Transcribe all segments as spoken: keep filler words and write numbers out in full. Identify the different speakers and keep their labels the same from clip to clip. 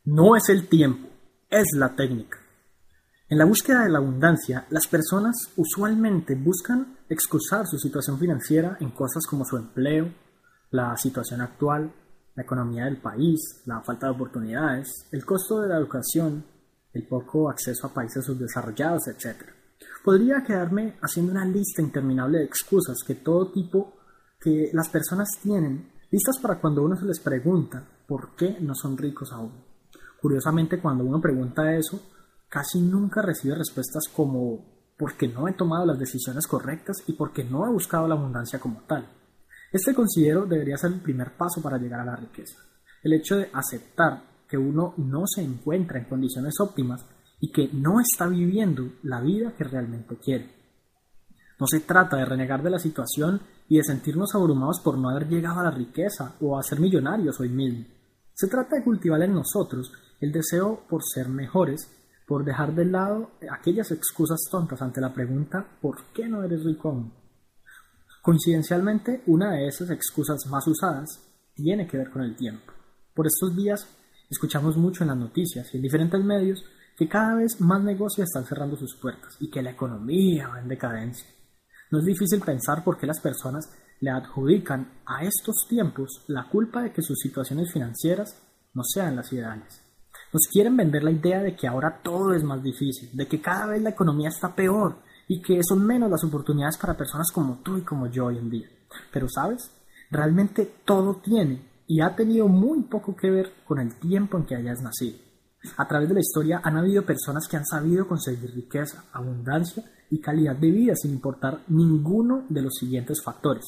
Speaker 1: No es el tiempo, es la técnica. En la búsqueda de la abundancia, las personas usualmente buscan excusar su situación financiera en cosas como su empleo, la situación actual, la economía del país, la falta de oportunidades, el costo de la educación, el poco acceso a países subdesarrollados, etcétera. Podría quedarme haciendo una lista interminable de excusas que todo tipo que las personas tienen, listas para cuando uno se les pregunta por qué no son ricos aún. Curiosamente, cuando uno pregunta eso, casi nunca recibe respuestas como porque no he tomado las decisiones correctas y porque no he buscado la abundancia como tal. Este considero debería ser el primer paso para llegar a la riqueza. El hecho de aceptar que uno no se encuentra en condiciones óptimas y que no está viviendo la vida que realmente quiere. No se trata de renegar de la situación y de sentirnos abrumados por no haber llegado a la riqueza o a ser millonarios hoy mismo. Se trata de cultivar en nosotros el deseo por ser mejores, por dejar de lado aquellas excusas tontas ante la pregunta ¿por qué no eres rico aún? Coincidencialmente, una de esas excusas más usadas tiene que ver con el tiempo. Por estos días escuchamos mucho en las noticias y en diferentes medios que cada vez más negocios están cerrando sus puertas y que la economía va en decadencia. No es difícil pensar por qué las personas le adjudican a estos tiempos la culpa de que sus situaciones financieras no sean las ideales. Nos quieren vender la idea de que ahora todo es más difícil, de que cada vez la economía está peor y que son menos las oportunidades para personas como tú y como yo hoy en día. Pero ¿sabes? Realmente todo tiene y ha tenido muy poco que ver con el tiempo en que hayas nacido. A través de la historia han habido personas que han sabido conseguir riqueza, abundancia y calidad de vida sin importar ninguno de los siguientes factores: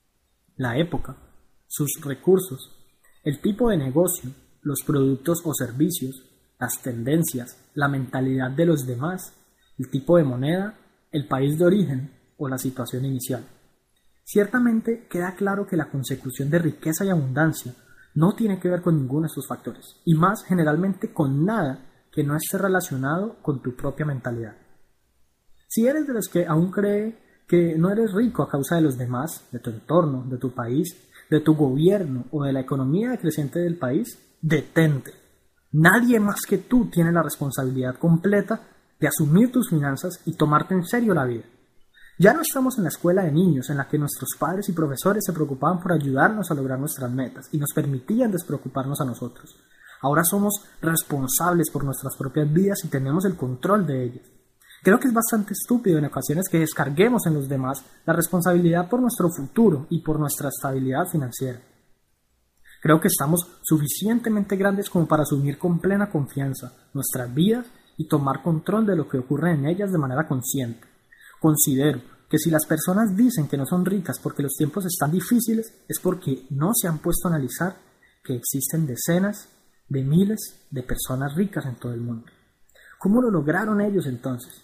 Speaker 1: la época, sus recursos, el tipo de negocio, los productos o servicios, las tendencias, la mentalidad de los demás, el tipo de moneda, el país de origen o la situación inicial. Ciertamente queda claro que la consecución de riqueza y abundancia no tiene que ver con ninguno de estos factores, y más generalmente con nada que no esté relacionado con tu propia mentalidad. Si eres de los que aún cree que no eres rico a causa de los demás, de tu entorno, de tu país, de tu gobierno o de la economía creciente del país, detente. Nadie más que tú tiene la responsabilidad completa de asumir tus finanzas y tomarte en serio la vida. Ya no estamos en la escuela de niños en la que nuestros padres y profesores se preocupaban por ayudarnos a lograr nuestras metas y nos permitían despreocuparnos a nosotros. Ahora somos responsables por nuestras propias vidas y tenemos el control de ellas. Creo que es bastante estúpido en ocasiones que descarguemos en los demás la responsabilidad por nuestro futuro y por nuestra estabilidad financiera. Creo que estamos suficientemente grandes como para asumir con plena confianza nuestras vidas y tomar control de lo que ocurre en ellas de manera consciente. Considero que si las personas dicen que no son ricas porque los tiempos están difíciles, es porque no se han puesto a analizar que existen decenas de miles de personas ricas en todo el mundo. ¿Cómo lo lograron ellos entonces?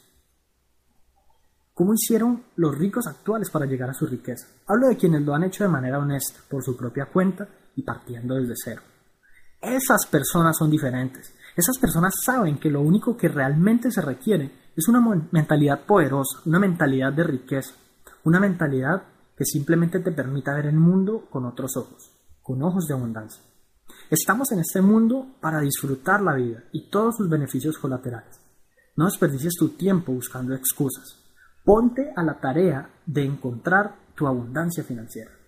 Speaker 1: ¿Cómo hicieron los ricos actuales para llegar a su riqueza? Hablo de quienes lo han hecho de manera honesta, por su propia cuenta y partiendo desde cero. Esas personas son diferentes. Esas personas saben que lo único que realmente se requiere es una mentalidad poderosa, una mentalidad de riqueza, una mentalidad que simplemente te permita ver el mundo con otros ojos, con ojos de abundancia. Estamos en este mundo para disfrutar la vida y todos sus beneficios colaterales. No desperdicies tu tiempo buscando excusas. Ponte a la tarea de encontrar tu abundancia financiera.